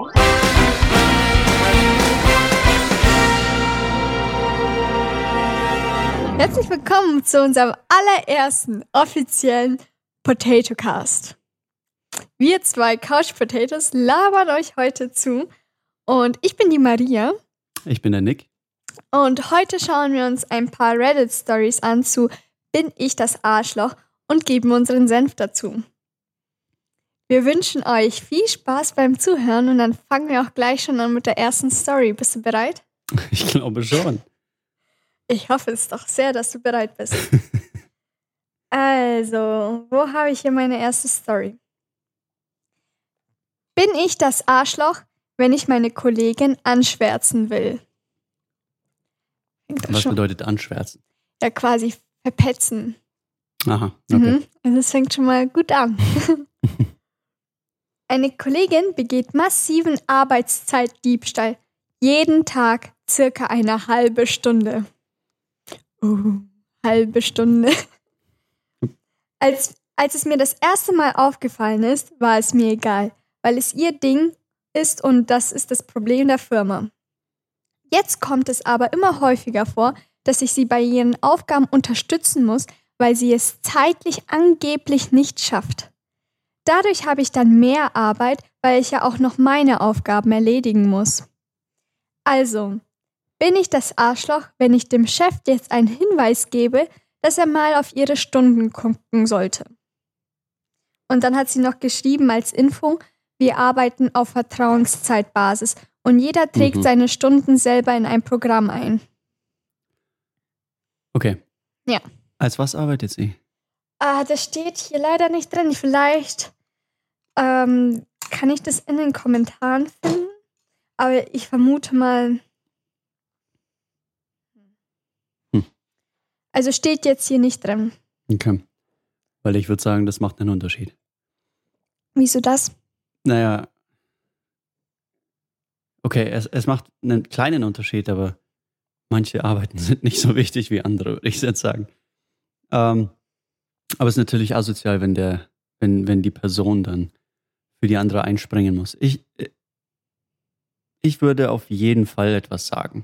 Herzlich willkommen zu unserem allerersten offiziellen Potato Cast. Wir zwei Couch Potatoes labern euch heute zu und ich bin die Maria. Ich bin der Nick. Und heute schauen wir uns ein paar Reddit-Stories an zu Bin ich das Arschloch und geben unseren Senf dazu. Wir wünschen euch viel Spaß beim Zuhören und dann fangen wir auch gleich schon an mit der ersten Story. Bist du bereit? Ich glaube schon. Ich hoffe es doch sehr, dass du bereit bist. Also, wo habe ich hier meine erste Story? Bin ich das Arschloch, wenn ich meine Kollegin anschwärzen will? Was bedeutet anschwärzen? Ja, quasi verpetzen. Aha, okay. Also es fängt schon mal gut an. Eine Kollegin begeht massiven Arbeitszeitdiebstahl. Jeden Tag circa eine halbe Stunde. Halbe Stunde. Als es mir das erste Mal aufgefallen ist, war es mir egal, weil es ihr Ding ist und das ist das Problem der Firma. Jetzt kommt es aber immer häufiger vor, dass ich sie bei ihren Aufgaben unterstützen muss, weil sie es zeitlich angeblich nicht schafft. Dadurch habe ich dann mehr Arbeit, weil ich ja auch noch meine Aufgaben erledigen muss. Also, bin ich das Arschloch, wenn ich dem Chef jetzt einen Hinweis gebe, dass er mal auf ihre Stunden gucken sollte? Und dann hat sie noch geschrieben als Info, wir arbeiten auf Vertrauenszeitbasis und jeder trägt seine Stunden selber in ein Programm ein. Okay. Ja. Als was arbeitet sie? Das steht hier leider nicht drin. Vielleicht kann ich das in den Kommentaren finden, aber ich vermute mal... Also steht jetzt hier nicht drin. Okay. Weil ich würde sagen, das macht einen Unterschied. Wieso das? Naja. Okay, es macht einen kleinen Unterschied, aber manche Arbeiten sind nicht so wichtig wie andere, würde ich jetzt sagen. Aber es ist natürlich asozial, wenn die Person dann für die andere einspringen muss. Ich würde auf jeden Fall etwas sagen.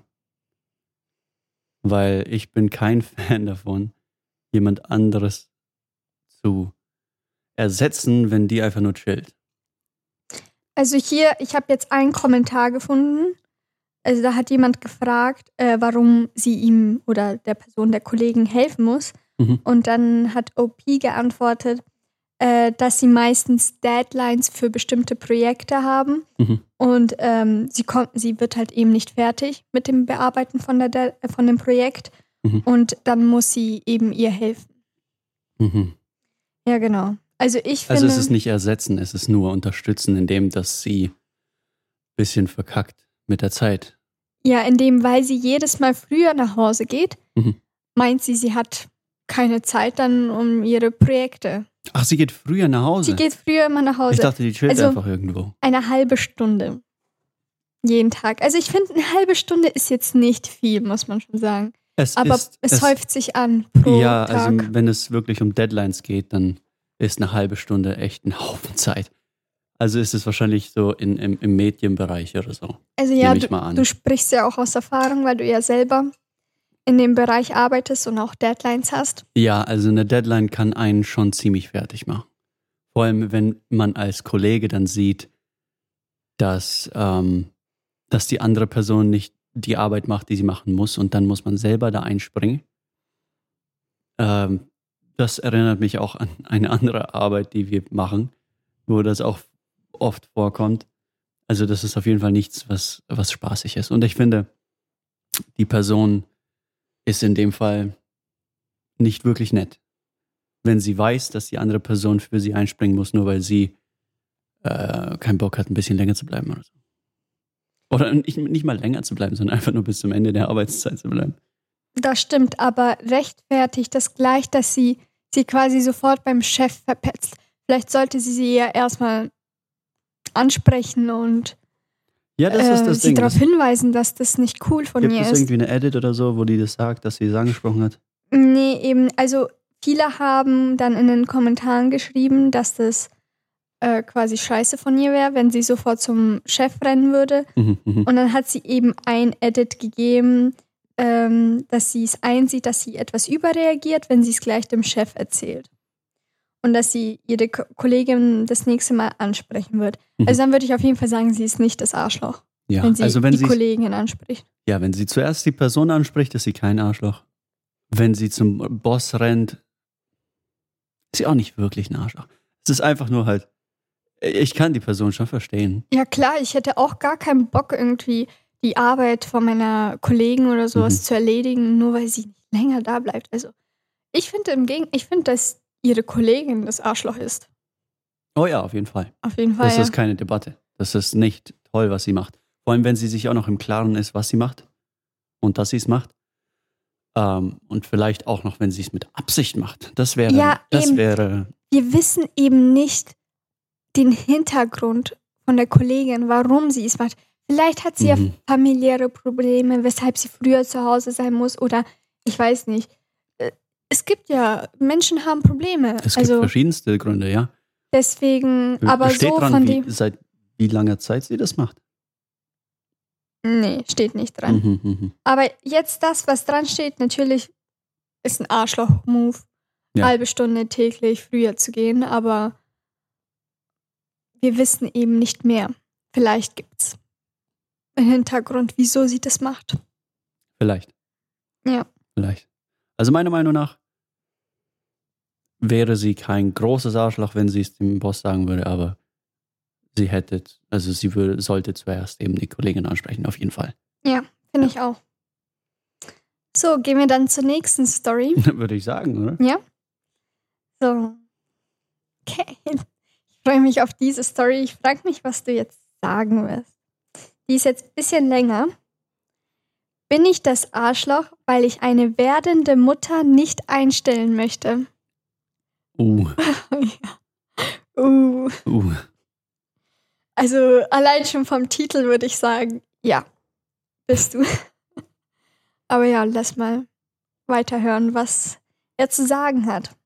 Weil ich bin kein Fan davon, jemand anderes zu ersetzen, wenn die einfach nur chillt. Also hier, ich habe jetzt einen Kommentar gefunden. Also da hat jemand gefragt, warum sie ihm oder der Person, der Kollegen helfen muss. Und dann hat OP geantwortet, dass sie meistens Deadlines für bestimmte Projekte haben. Und sie wird halt eben nicht fertig mit dem Bearbeiten von dem Projekt. Und dann muss sie eben ihr helfen. Ja, genau. Also ich finde... Also es ist nicht ersetzen, es ist nur unterstützen, indem dass sie ein bisschen verkackt mit der Zeit. Ja, weil sie jedes Mal früher nach Hause geht, meint sie hat keine Zeit dann um ihre Projekte. Ach, sie geht früher nach Hause? Sie geht früher immer nach Hause. Ich dachte, die chillt einfach irgendwo. Eine halbe Stunde. Jeden Tag. Also ich finde, eine halbe Stunde ist jetzt nicht viel, muss man schon sagen. Es häuft sich an pro Tag. Ja, also wenn es wirklich um Deadlines geht, dann ist eine halbe Stunde echt ein Haufen Zeit. Also ist es wahrscheinlich so im Medienbereich oder so. Also ja, du sprichst ja auch aus Erfahrung, weil du ja selber in dem Bereich arbeitest und auch Deadlines hast. Ja, also eine Deadline kann einen schon ziemlich fertig machen. Vor allem, wenn man als Kollege dann sieht, dass die andere Person nicht die Arbeit macht, die sie machen muss und dann muss man selber da einspringen. Das erinnert mich auch an eine andere Arbeit, die wir machen, wo das auch oft vorkommt. Also das ist auf jeden Fall nichts, was spaßig ist. Und ich finde, die Person ist in dem Fall nicht wirklich nett. Wenn sie weiß, dass die andere Person für sie einspringen muss, nur weil sie keinen Bock hat, ein bisschen länger zu bleiben oder so. Oder nicht mal länger zu bleiben, sondern einfach nur bis zum Ende der Arbeitszeit zu bleiben. Das stimmt, aber rechtfertigt das gleich, dass sie quasi sofort beim Chef verpetzt. Vielleicht sollte sie ja erstmal ansprechen und ja, das ist das sie Ding. darauf hinweisen, dass das nicht cool von ihr ist. Gibt es irgendwie eine Edit oder so, wo die das sagt, dass sie es angesprochen hat? Nee, eben, also viele haben dann in den Kommentaren geschrieben, dass das quasi scheiße von ihr wäre, wenn sie sofort zum Chef rennen würde. Und dann hat sie eben ein Edit gegeben, dass sie es einsieht, dass sie etwas überreagiert, wenn sie es gleich dem Chef erzählt. Und dass sie ihre Kollegin das nächste Mal ansprechen wird. Also dann würde ich auf jeden Fall sagen, sie ist nicht das Arschloch. Ja, wenn sie also wenn die sie Kollegin anspricht. Ja, wenn sie zuerst die Person anspricht, ist sie kein Arschloch. Wenn sie zum Boss rennt, ist sie auch nicht wirklich ein Arschloch. Es ist einfach nur halt, ich kann die Person schon verstehen. Ja klar, ich hätte auch gar keinen Bock irgendwie die Arbeit von meiner Kollegin oder sowas zu erledigen, nur weil sie nicht länger da bleibt. Also ich finde dass ihre Kollegin das Arschloch ist. Oh ja, auf jeden Fall. Auf jeden Fall, Das ist keine Debatte. Das ist nicht toll, was sie macht. Vor allem, wenn sie sich auch noch im Klaren ist, was sie macht und dass sie es macht. Und vielleicht auch noch, wenn sie es mit Absicht macht. Das wäre. Wir wissen eben nicht den Hintergrund von der Kollegin, warum sie es macht. Vielleicht hat sie ja familiäre Probleme, weshalb sie früher zu Hause sein muss oder ich weiß nicht. Es gibt ja, Menschen haben Probleme. Es gibt verschiedenste Gründe, ja. Deswegen, aber steht so dran, von dem. Seit wie langer Zeit sie das macht? Nee, steht nicht dran. Aber jetzt das, was dran steht, natürlich ist ein Arschloch-Move. Ja. Halbe Stunde täglich früher zu gehen, aber wir wissen eben nicht mehr. Vielleicht gibt's einen Hintergrund, wieso sie das macht. Vielleicht. Ja. Vielleicht. Also meiner Meinung nach wäre sie kein großes Arschloch, wenn sie es dem Boss sagen würde, aber sollte zuerst eben die Kollegin ansprechen, auf jeden Fall. Ja, finde ich auch. So, gehen wir dann zur nächsten Story. Würde ich sagen, oder? Ja. So. Okay. Ich freue mich auf diese Story. Ich frage mich, was du jetzt sagen wirst. Die ist jetzt ein bisschen länger. Bin ich das Arschloch, weil ich eine werdende Mutter nicht einstellen möchte? Also allein schon vom Titel würde ich sagen, ja, bist du. Aber ja, lass mal weiterhören, was er zu sagen hat.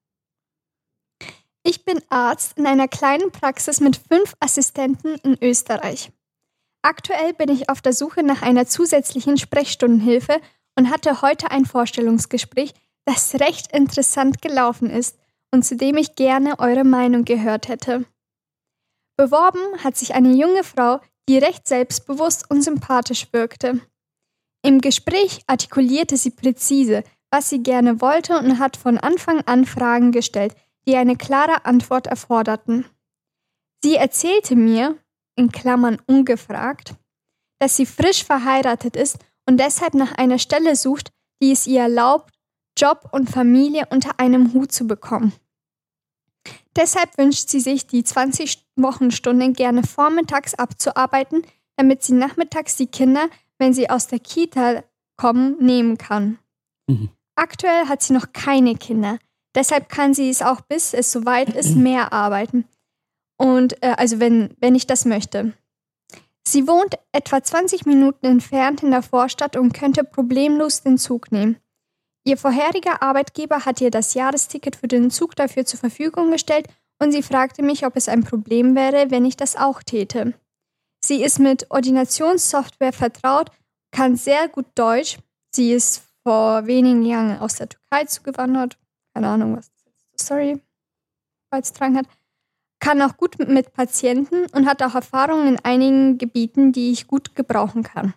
Ich bin Arzt in einer kleinen Praxis mit 5 Assistenten in Österreich. Aktuell bin ich auf der Suche nach einer zusätzlichen Sprechstundenhilfe und hatte heute ein Vorstellungsgespräch, das recht interessant gelaufen ist und zu dem ich gerne eure Meinung gehört hätte. Beworben hat sich eine junge Frau, die recht selbstbewusst und sympathisch wirkte. Im Gespräch artikulierte sie präzise, was sie gerne wollte und hat von Anfang an Fragen gestellt, die eine klare Antwort erforderten. Sie erzählte mir, in Klammern ungefragt, dass sie frisch verheiratet ist und deshalb nach einer Stelle sucht, die es ihr erlaubt, Job und Familie unter einem Hut zu bekommen. Deshalb wünscht sie sich, die 20 Wochenstunden gerne vormittags abzuarbeiten, damit sie nachmittags die Kinder, wenn sie aus der Kita kommen, nehmen kann. Aktuell hat sie noch keine Kinder. Deshalb kann sie es auch, bis es soweit ist, mehr arbeiten. Und also wenn ich das möchte. Sie wohnt etwa 20 Minuten entfernt in der Vorstadt und könnte problemlos den Zug nehmen. Ihr vorheriger Arbeitgeber hat ihr das Jahresticket für den Zug dafür zur Verfügung gestellt und sie fragte mich, ob es ein Problem wäre, wenn ich das auch täte. Sie ist mit Ordinationssoftware vertraut, kann sehr gut Deutsch. Sie ist vor wenigen Jahren aus der Türkei zugewandert. Keine Ahnung, was das Story beizutragen hat. Kann auch gut mit Patienten und hat auch Erfahrung in einigen Gebieten, die ich gut gebrauchen kann.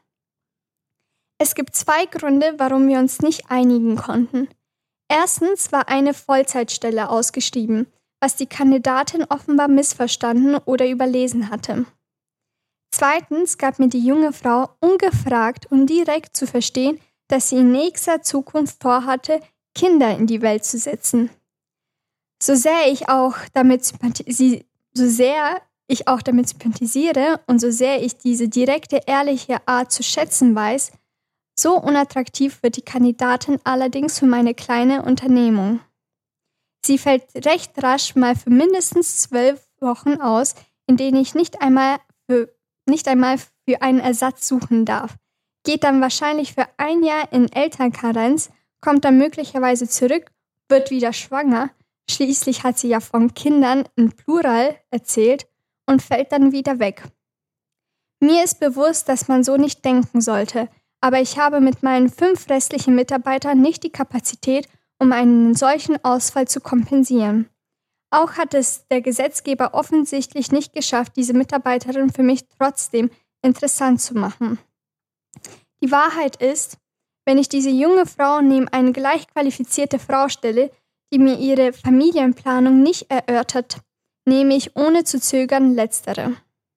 Es gibt 2 Gründe, warum wir uns nicht einigen konnten. Erstens war eine Vollzeitstelle ausgeschrieben, was die Kandidatin offenbar missverstanden oder überlesen hatte. Zweitens gab mir die junge Frau ungefragt und direkt zu verstehen, dass sie in nächster Zukunft vorhatte, Kinder in die Welt zu setzen. So sehr ich auch damit sympathisiere und so sehr ich diese direkte, ehrliche Art zu schätzen weiß, so unattraktiv wird die Kandidatin allerdings für meine kleine Unternehmung. Sie fällt recht rasch mal für mindestens 12 Wochen aus, in denen ich nicht einmal für einen Ersatz suchen darf, geht dann wahrscheinlich für 1 Jahr in Elternkarenz, kommt dann möglicherweise zurück, wird wieder schwanger. Schließlich hat sie ja von Kindern in Plural erzählt und fällt dann wieder weg. Mir ist bewusst, dass man so nicht denken sollte, aber ich habe mit meinen 5 restlichen Mitarbeitern nicht die Kapazität, um einen solchen Ausfall zu kompensieren. Auch hat es der Gesetzgeber offensichtlich nicht geschafft, diese Mitarbeiterin für mich trotzdem interessant zu machen. Die Wahrheit ist, wenn ich diese junge Frau neben eine gleich qualifizierte Frau stelle, die mir ihre Familienplanung nicht erörtert, nehme ich ohne zu zögern letztere.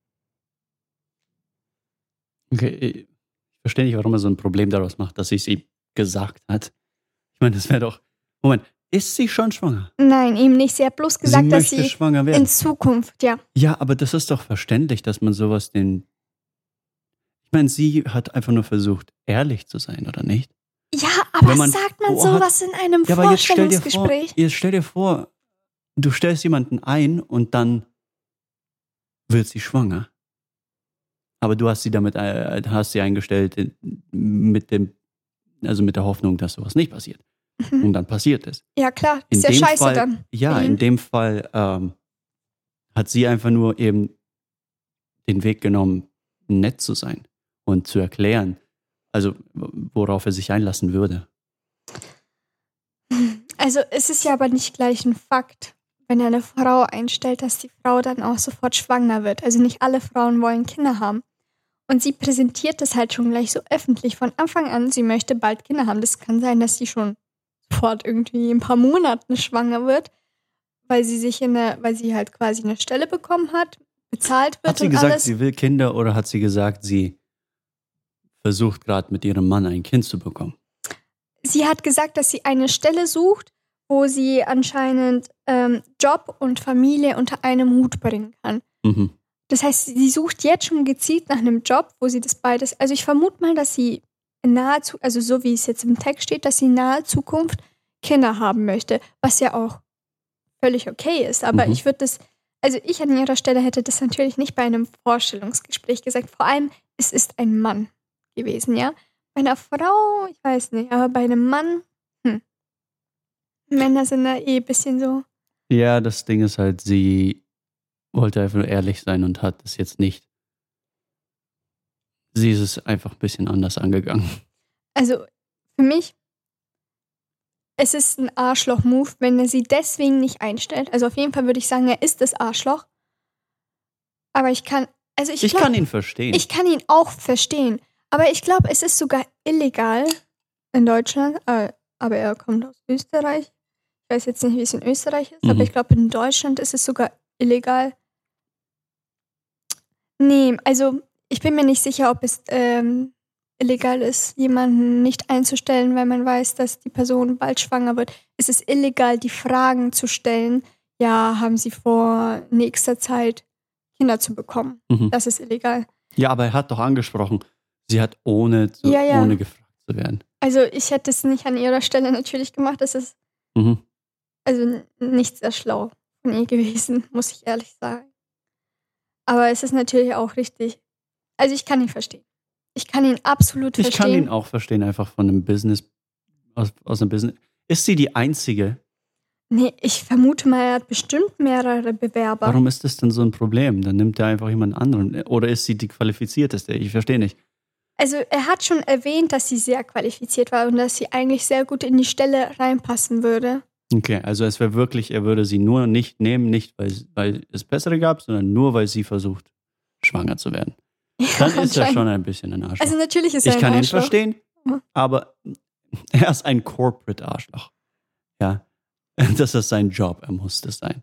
Okay, ich verstehe nicht, warum er so ein Problem daraus macht, dass sie es ihm gesagt hat. Ich meine, das wäre doch... Moment, ist sie schon schwanger? Nein, eben nicht. Sie hat bloß gesagt, dass sie schwanger werden. In Zukunft, ja. Ja, aber das ist doch verständlich, dass man sowas den... Ich meine, sie hat einfach nur versucht, ehrlich zu sein, oder nicht? Ja, aber sagt man sowas in einem Vorstellungsgespräch? Jetzt stell dir vor, du stellst jemanden ein und dann wird sie schwanger. Aber du hast sie eingestellt mit der Hoffnung, dass sowas nicht passiert. Und dann passiert es. Ja, klar, ist ja scheiße Fall, dann. Ja, in dem Fall hat sie einfach nur eben den Weg genommen, nett zu sein und zu erklären, also worauf er sich einlassen würde. Also es ist ja aber nicht gleich ein Fakt, wenn er eine Frau einstellt, dass die Frau dann auch sofort schwanger wird. Also nicht alle Frauen wollen Kinder haben. Und sie präsentiert das halt schon gleich so öffentlich von Anfang an, sie möchte bald Kinder haben. Das kann sein, dass sie schon sofort irgendwie in ein paar Monaten schwanger wird, weil sie halt quasi eine Stelle bekommen hat, bezahlt wird. Hat sie gesagt, sie will Kinder, oder hat sie gesagt, sie versucht gerade mit ihrem Mann ein Kind zu bekommen? Sie hat gesagt, dass sie eine Stelle sucht, wo sie anscheinend Job und Familie unter einem Hut bringen kann. Mhm. Das heißt, sie sucht jetzt schon gezielt nach einem Job, wo sie das beides... Also ich vermute mal, dass sie in naher Zukunft, also so wie es jetzt im Text steht, dass sie in naher Zukunft Kinder haben möchte, was ja auch völlig okay ist. Aber ich würde das... Also ich an ihrer Stelle hätte das natürlich nicht bei einem Vorstellungsgespräch gesagt. Vor allem, es ist ein Mann gewesen, ja. Bei einer Frau, ich weiß nicht, aber bei einem Mann, Männer sind da ein bisschen so... Ja, das Ding ist halt, sie wollte einfach nur ehrlich sein und hat es jetzt nicht. Sie ist es einfach ein bisschen anders angegangen. Also für mich, es ist ein Arschloch-Move, wenn er sie deswegen nicht einstellt. Also auf jeden Fall würde ich sagen, er ist das Arschloch. Aber ich kann ihn verstehen. Ich kann ihn auch verstehen. Aber ich glaube, es ist sogar illegal in Deutschland. Aber er kommt aus Österreich. Ich weiß jetzt nicht, wie es in Österreich ist, aber ich glaube, in Deutschland ist es sogar illegal. Nee, also ich bin mir nicht sicher, ob es illegal ist, jemanden nicht einzustellen, weil man weiß, dass die Person bald schwanger wird. Es ist illegal, die Fragen zu stellen, ja, haben Sie vor nächster Zeit Kinder zu bekommen? Das ist illegal. Ja, aber er hat doch angesprochen, sie hat ohne gefragt zu werden. Also ich hätte es nicht an ihrer Stelle natürlich gemacht. Das ist also nicht sehr schlau von ihr gewesen, muss ich ehrlich sagen. Aber es ist natürlich auch richtig. Also ich kann ihn verstehen. Ich kann ihn absolut verstehen. Ich kann ihn auch verstehen, einfach von einem Business, aus einem Business. Ist sie die Einzige? Nee, ich vermute mal, er hat bestimmt mehrere Bewerber. Warum ist das denn so ein Problem? Dann nimmt er einfach jemand anderen. Oder ist sie die qualifizierteste? Ich verstehe nicht. Also er hat schon erwähnt, dass sie sehr qualifiziert war und dass sie eigentlich sehr gut in die Stelle reinpassen würde. Okay, also es wäre wirklich, er würde sie nur nicht nehmen, nicht weil es bessere gab, sondern nur, weil sie versucht, schwanger zu werden. Dann ist er schon ein bisschen ein Arschloch. Also natürlich ist er ein Arschloch. Ich kann ihn verstehen, aber er ist ein Corporate-Arschloch. Ja, das ist sein Job, er muss das sein.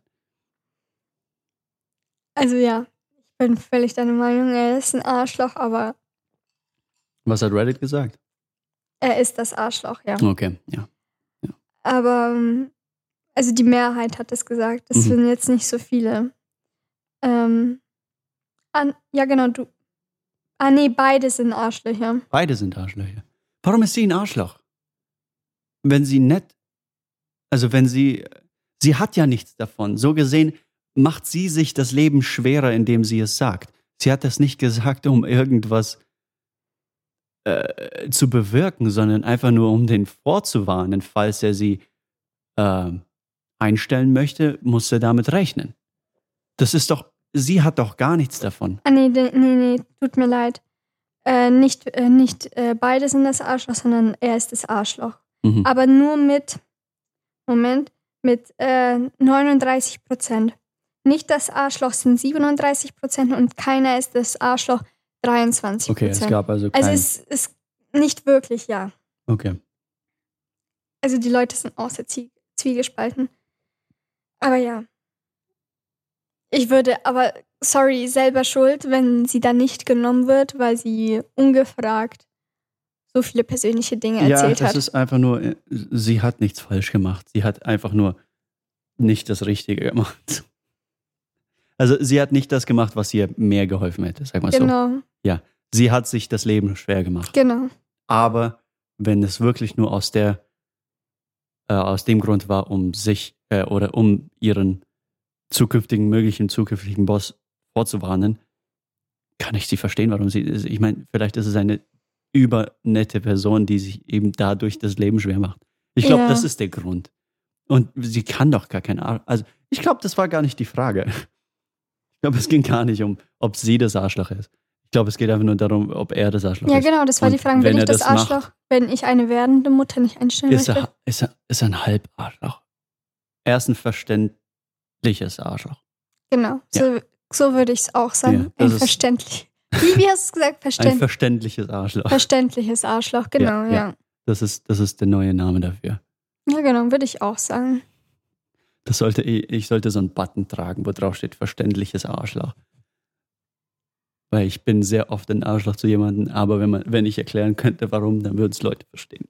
Also ja, ich bin völlig deiner Meinung, er ist ein Arschloch, aber... Was hat Reddit gesagt? Er ist das Arschloch, ja. Okay, ja. Aber, also die Mehrheit hat es gesagt. Das sind jetzt nicht so viele. Ja, genau, du. Nee, beide sind Arschlöcher. Beide sind Arschlöcher. Warum ist sie ein Arschloch? Wenn sie nett, also wenn sie hat ja nichts davon. So gesehen macht sie sich das Leben schwerer, indem sie es sagt. Sie hat das nicht gesagt, um irgendwas zu bewirken, sondern einfach nur, um den vorzuwarnen. Falls er sie einstellen möchte, muss er damit rechnen. Das ist doch sie hat doch gar nichts davon. Nee, tut mir leid. Nicht beide sind das Arschloch, sondern er ist das Arschloch. Mhm. Aber nur mit 39%. Nicht das Arschloch sind 37% und keiner ist das Arschloch 23%. Okay, es gab also keinen. Also es ist nicht wirklich, ja. Okay. Also die Leute sind auch sehr zwiegespalten. Aber ja. Ich würde, aber sorry, selber schuld, wenn sie dann nicht genommen wird, weil sie ungefragt so viele persönliche Dinge erzählt hat. Ja, es ist einfach nur, sie hat nichts falsch gemacht. Sie hat einfach nur nicht das Richtige gemacht. Also sie hat nicht das gemacht, was ihr mehr geholfen hätte, sag mal so. Genau. Ja, sie hat sich das Leben schwer gemacht. Genau. Aber wenn es wirklich nur aus dem Grund war, um sich oder um ihren möglichen zukünftigen Boss vorzuwarnen, kann ich sie verstehen, warum sie, ich meine, vielleicht ist es eine übernette Person, die sich eben dadurch das Leben schwer macht. Ich glaube, das ist der Grund. Und sie kann doch gar kein Arschloch. Also ich glaube, das war gar nicht die Frage. Ich glaube, es ging gar nicht um, ob sie das Arschloch ist. Ich glaube, es geht einfach nur darum, ob er das Arschloch ist. Ja, genau, das war die Frage. Bin ich das Arschloch, wenn ich eine werdende Mutter nicht einstellen möchte? Ist er ein Halbarschloch. Er ist ein verständliches Arschloch. Genau, Ja. so würde ich es auch sagen. Ja, Wie hast du es gesagt? Ein verständliches Arschloch. Verständliches Arschloch, genau, ja. Das ist der neue Name dafür. Ja, genau, würde ich auch sagen. Ich sollte so einen Button tragen, wo drauf steht, verständliches Arschloch. Weil ich bin sehr oft ein Arschloch zu jemandem, aber wenn ich erklären könnte, warum, dann würden es Leute verstehen.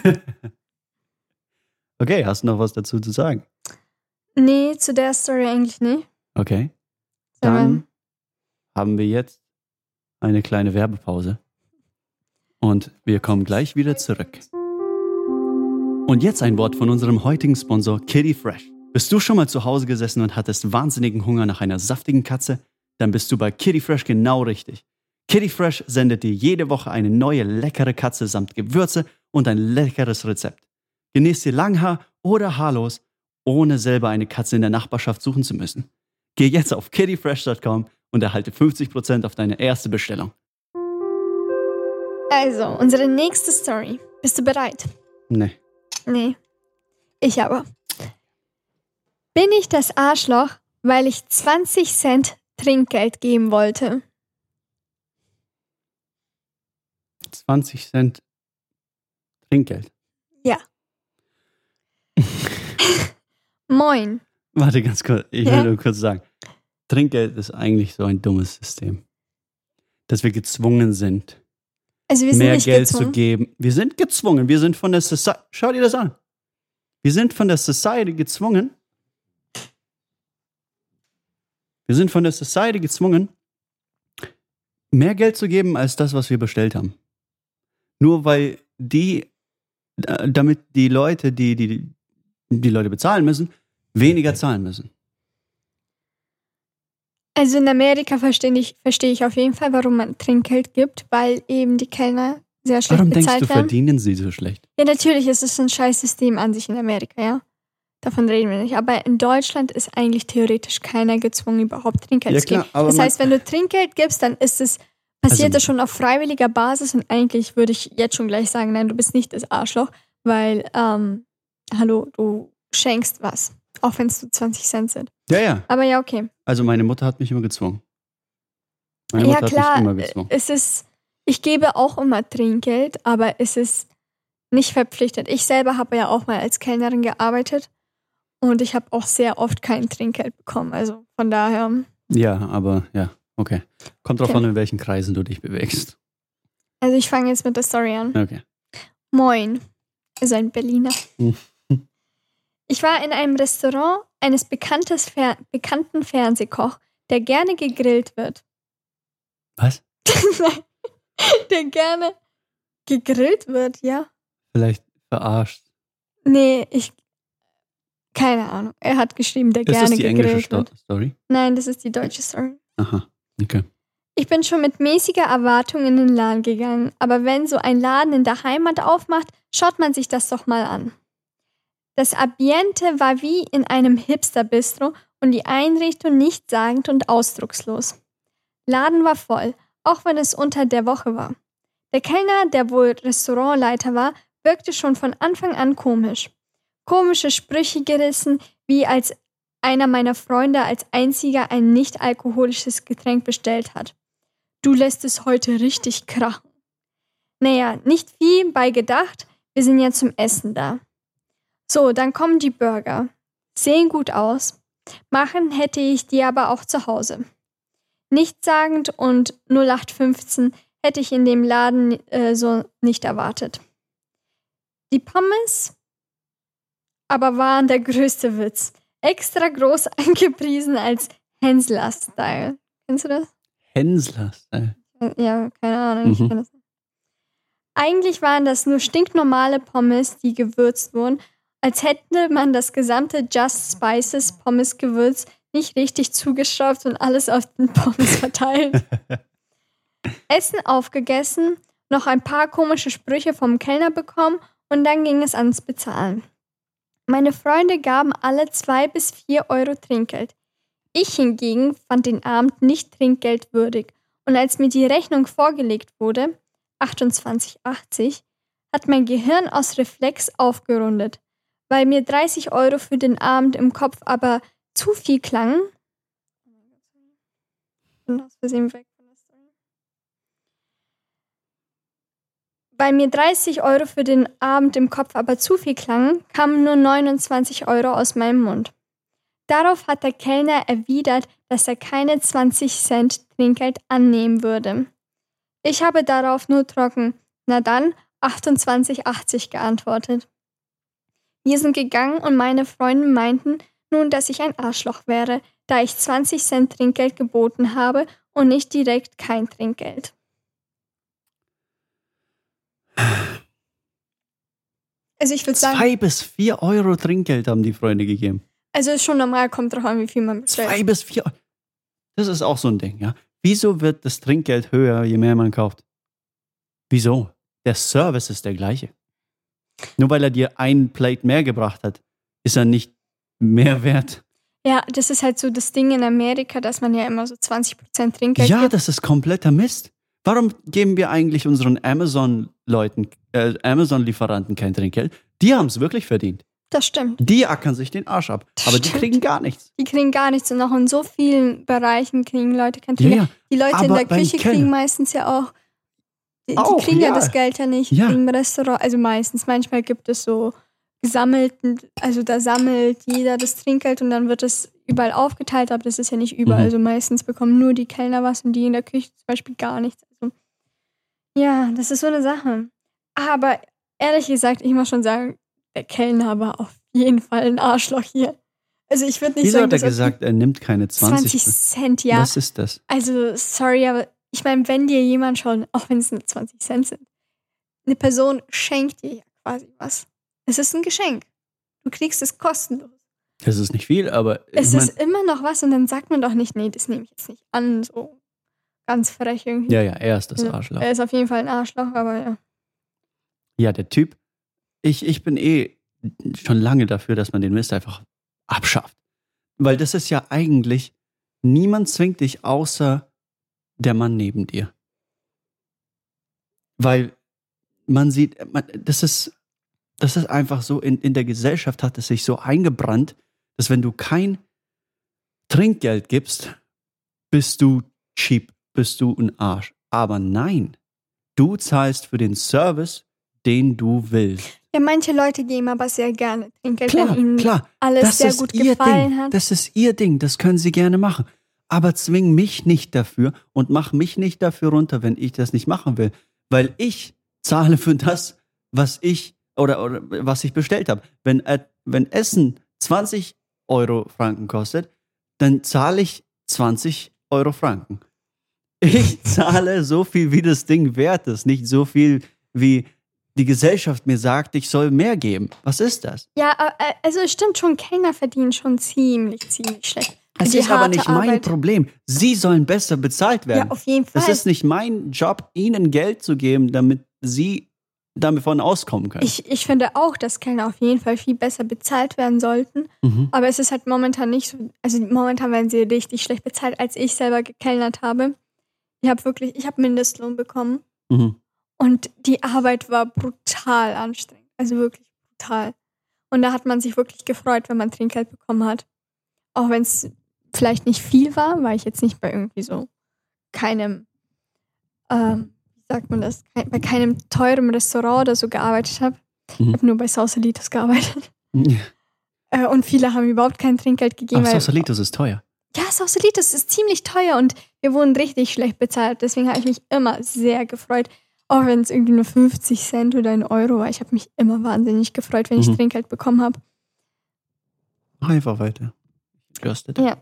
Okay, hast du noch was dazu zu sagen? Nee, zu der Story eigentlich nicht. Okay. Dann haben wir jetzt eine kleine Werbepause. Und wir kommen gleich wieder zurück. Und jetzt ein Wort von unserem heutigen Sponsor Kitty Fresh. Bist du schon mal zu Hause gesessen und hattest wahnsinnigen Hunger nach einer saftigen Katze? Dann bist du bei Kitty Fresh genau richtig. Kitty Fresh sendet dir jede Woche eine neue leckere Katze samt Gewürze und ein leckeres Rezept. Genieß dir Langhaar oder haarlos, ohne selber eine Katze in der Nachbarschaft suchen zu müssen. Geh jetzt auf kittyfresh.com und erhalte 50% auf deine erste Bestellung. Also, unsere nächste Story. Bist du bereit? Nee. Ich aber. Bin ich das Arschloch, weil ich 20 Cent Trinkgeld geben wollte? 20 Cent Trinkgeld? Ja. Moin. Warte ganz kurz, ich will nur kurz sagen. Trinkgeld ist eigentlich so ein dummes System. Dass wir gezwungen sind, Also wir sind mehr nicht Geld gezwungen. zu geben. Wir sind gezwungen, wir sind von der Society, schau dir das an. Wir sind von der Society gezwungen, mehr Geld zu geben als das, was wir bestellt haben. Nur weil damit die Leute, die Leute bezahlen müssen, weniger zahlen müssen. Also in Amerika verstehe ich auf jeden Fall, warum man Trinkgeld gibt, weil eben die Kellner sehr schlecht Warum denkst bezahlt du, werden. verdienen sie so schlecht? Ja, natürlich ist es ein scheiß System an sich in Amerika, ja. Davon reden wir nicht. Aber in Deutschland ist eigentlich theoretisch keiner gezwungen, überhaupt Trinkgeld zu geben. Aber das heißt, wenn du Trinkgeld gibst, dann passiert das schon auf freiwilliger Basis und eigentlich würde ich jetzt schon gleich sagen, nein, du bist nicht das Arschloch, weil, hallo, du schenkst was, auch wenn es nur 20 Cent sind. Ja. Aber ja, okay. Also meine Mutter hat mich immer gezwungen. Ja, klar, ich gebe auch immer Trinkgeld, aber es ist nicht verpflichtet. Ich selber habe ja auch mal als Kellnerin gearbeitet und ich habe auch sehr oft kein Trinkgeld bekommen, also von daher. Ja, aber ja, okay. Kommt drauf an, in welchen Kreisen du dich bewegst. Also ich fange jetzt mit der Story an. Okay. Moin, also ein Berliner. Ich war in einem Restaurant eines bekannten Fernsehkoch, der gerne gegrillt wird. Was? Der gerne gegrillt wird, ja. Vielleicht verarscht. Nee, keine Ahnung. Er hat geschrieben, der gerne gegrillt wird. Ist das die englische Story? Nein, das ist die deutsche Story. Aha, okay. Ich bin schon mit mäßiger Erwartung in den Laden gegangen, aber wenn so ein Laden in der Heimat aufmacht, schaut man sich das doch mal an. Das Ambiente war wie in einem Hipster-Bistro und die Einrichtung nichtssagend und ausdruckslos. Laden war voll, auch wenn es unter der Woche war. Der Kellner, der wohl Restaurantleiter war, wirkte schon von Anfang an komisch. Komische Sprüche gerissen, wie als einer meiner Freunde als einziger ein nicht-alkoholisches Getränk bestellt hat. Du lässt es heute richtig krachen. Naja, nicht viel bei gedacht, wir sind ja zum Essen da. So, dann kommen die Burger. Sehen gut aus. Machen hätte ich die aber auch zu Hause. Nichtssagend und 0815 hätte ich in dem Laden so nicht erwartet. Die Pommes aber waren der größte Witz. Extra groß angepriesen als Hensler-Style. Kennst du das? Hensler-Style? Ja, keine Ahnung. Ich kenn das nicht. Eigentlich waren das nur stinknormale Pommes, die gewürzt wurden, als hätte man das gesamte Just Spices Pommes-Gewürz nicht richtig zugeschraubt und alles auf den Pommes verteilt. Essen aufgegessen, noch ein paar komische Sprüche vom Kellner bekommen und dann ging es ans Bezahlen. Meine Freunde gaben alle 2 bis 4 Euro Trinkgeld. Ich hingegen fand den Abend nicht trinkgeldwürdig und als mir die Rechnung vorgelegt wurde, 28,80, hat mein Gehirn aus Reflex aufgerundet, weil mir 30 Euro für den Abend im Kopf aber zu viel klangen. Weil mir 30 Euro für den Abend im Kopf aber zu viel klangen, kamen nur 29 Euro aus meinem Mund. Darauf hat der Kellner erwidert, dass er keine 20 Cent Trinkgeld annehmen würde. Ich habe darauf nur trocken, na dann, 28,80 geantwortet. Wir sind gegangen und meine Freunde meinten nun, dass ich ein Arschloch wäre, da ich 20 Cent Trinkgeld geboten habe und nicht direkt kein Trinkgeld. Also ich würde sagen, 2 bis 4 Euro Trinkgeld haben die Freunde gegeben. Also ist schon normal, kommt drauf an, wie viel man bestellt. 2 bis 4 Euro. Das ist auch so ein Ding, ja. Wieso wird das Trinkgeld höher, je mehr man kauft? Wieso? Der Service ist der gleiche. Nur weil er dir ein Plate mehr gebracht hat, ist er nicht mehr wert. Ja, das ist halt so das Ding in Amerika, dass man ja immer so 20% Trinkgeld gibt. Ja, das ist kompletter Mist. Warum geben wir eigentlich unseren Amazon-Leuten, Amazon-Lieferanten kein Trinkgeld? Die haben es wirklich verdient. Das stimmt. Die ackern sich den Arsch ab. Aber die kriegen gar nichts. Die kriegen gar nichts. Und auch in so vielen Bereichen kriegen Leute kein Trinkgeld. Ja, die Leute in der Küche kriegen meistens ja auch. Die kriegen ja das Geld ja nicht im Restaurant. Also meistens. Manchmal gibt es so gesammelten, also da sammelt jeder das Trinkgeld und dann wird es überall aufgeteilt, aber das ist ja nicht überall. Also meistens bekommen nur die Kellner was und die in der Küche zum Beispiel gar nichts. Also, ja, das ist so eine Sache. Aber ehrlich gesagt, ich muss schon sagen, der Kellner war auf jeden Fall ein Arschloch hier. Also ich würde nicht Wieso sagen, hat er gesagt, er nimmt keine 20 Cent, ja. Was ist das? Also, sorry, aber ich meine, wenn dir jemand schon, auch wenn es nur 20 Cent sind, eine Person schenkt dir ja quasi was. Es ist ein Geschenk. Du kriegst es kostenlos. Das ist nicht viel, aber es ist immer noch was und dann sagt man doch nicht, nee, das nehme ich jetzt nicht an, so ganz frech irgendwie. Ja, er ist das Arschloch. Er ist auf jeden Fall ein Arschloch, aber ja. Ja, der Typ, ich bin schon lange dafür, dass man den Mist einfach abschafft. Weil das ist ja eigentlich, niemand zwingt dich außer der Mann neben dir. Weil man sieht, das ist einfach so, in der Gesellschaft hat es sich so eingebrannt, dass wenn du kein Trinkgeld gibst, bist du cheap, bist du ein Arsch. Aber nein, du zahlst für den Service, den du willst. Ja, manche Leute geben aber sehr gerne Trinkgeld, wenn ihnen alles das sehr gut gefallen hat. Das ist ihr Ding, das können sie gerne machen. Aber zwing mich nicht dafür und mach mich nicht dafür runter, wenn ich das nicht machen will. Weil ich zahle für das, was ich oder was ich bestellt habe. Wenn Essen 20 Euro Franken kostet, dann zahle ich 20 Euro Franken. Ich zahle so viel, wie das Ding wert ist, nicht so viel, wie die Gesellschaft mir sagt, ich soll mehr geben. Was ist das? Ja, also es stimmt schon, Kellner verdienen schon ziemlich schlecht. Das ist aber nicht mein Problem. Sie sollen besser bezahlt werden. Ja, auf jeden Fall. Es ist nicht mein Job, ihnen Geld zu geben, damit sie davon auskommen können. Ich finde auch, dass Kellner auf jeden Fall viel besser bezahlt werden sollten. Aber es ist halt momentan nicht so. Also momentan werden sie richtig schlecht bezahlt, als ich selber gekellnert habe. Ich habe Mindestlohn bekommen. Und die Arbeit war brutal anstrengend. Also wirklich brutal. Und da hat man sich wirklich gefreut, wenn man Trinkgeld bekommen hat. Auch wenn es vielleicht nicht viel war, weil ich jetzt nicht bei irgendwie so keinem, wie sagt man das, bei keinem teuren Restaurant oder so gearbeitet habe. Ich habe nur bei Sausalitos gearbeitet. Und viele haben überhaupt kein Trinkgeld gegeben. Aber Sausalitos ist teuer. Ja, Sausalitos ist ziemlich teuer und wir wurden richtig schlecht bezahlt. Deswegen habe ich mich immer sehr gefreut. Auch wenn es irgendwie nur 50 Cent oder 1 Euro war. Ich habe mich immer wahnsinnig gefreut, wenn ich Trinkgeld bekommen habe. Einfach weiter. Dürstet. Ja.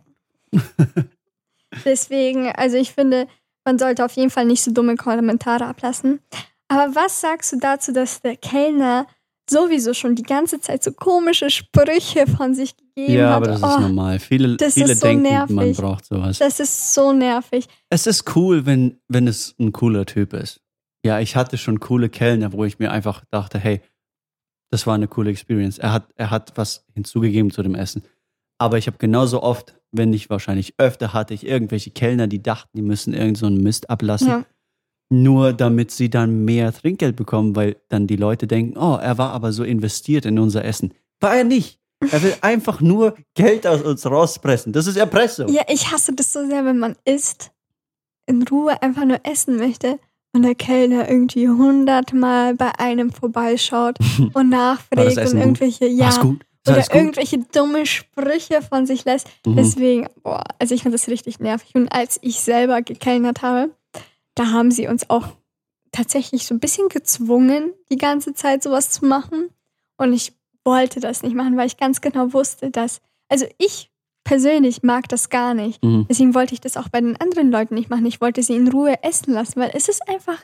Deswegen, also ich finde, man sollte auf jeden Fall nicht so dumme Kommentare ablassen. Aber was sagst du dazu, dass der Kellner sowieso schon die ganze Zeit so komische Sprüche von sich gegeben hat? Ja, aber das ist normal. Viele denken, nervig. Man braucht sowas. Das ist so nervig. Es ist cool, wenn es ein cooler Typ ist. Ja, ich hatte schon coole Kellner, wo ich mir einfach dachte, hey, das war eine coole Experience. Er hat was hinzugegeben zu dem Essen. Aber ich habe genauso oft, wenn nicht wahrscheinlich öfter, hatte ich irgendwelche Kellner, die dachten, die müssen irgend so einen Mist ablassen. Ja. Nur damit sie dann mehr Trinkgeld bekommen, weil dann die Leute denken, oh, er war aber so investiert in unser Essen. War er nicht. Er will einfach nur Geld aus uns rauspressen. Das ist Erpressung. Ja, ich hasse das so sehr, wenn man isst, in Ruhe einfach nur essen möchte und der Kellner irgendwie 100-mal bei einem vorbeischaut und nachfragt und irgendwelche, oder irgendwelche dumme Sprüche von sich lässt. Deswegen, also ich fand das richtig nervig. Und als ich selber gekellnert habe, da haben sie uns auch tatsächlich so ein bisschen gezwungen, die ganze Zeit sowas zu machen. Und ich wollte das nicht machen, weil ich ganz genau wusste, dass, also ich persönlich mag das gar nicht. Deswegen wollte ich das auch bei den anderen Leuten nicht machen. Ich wollte sie in Ruhe essen lassen, weil es ist einfach...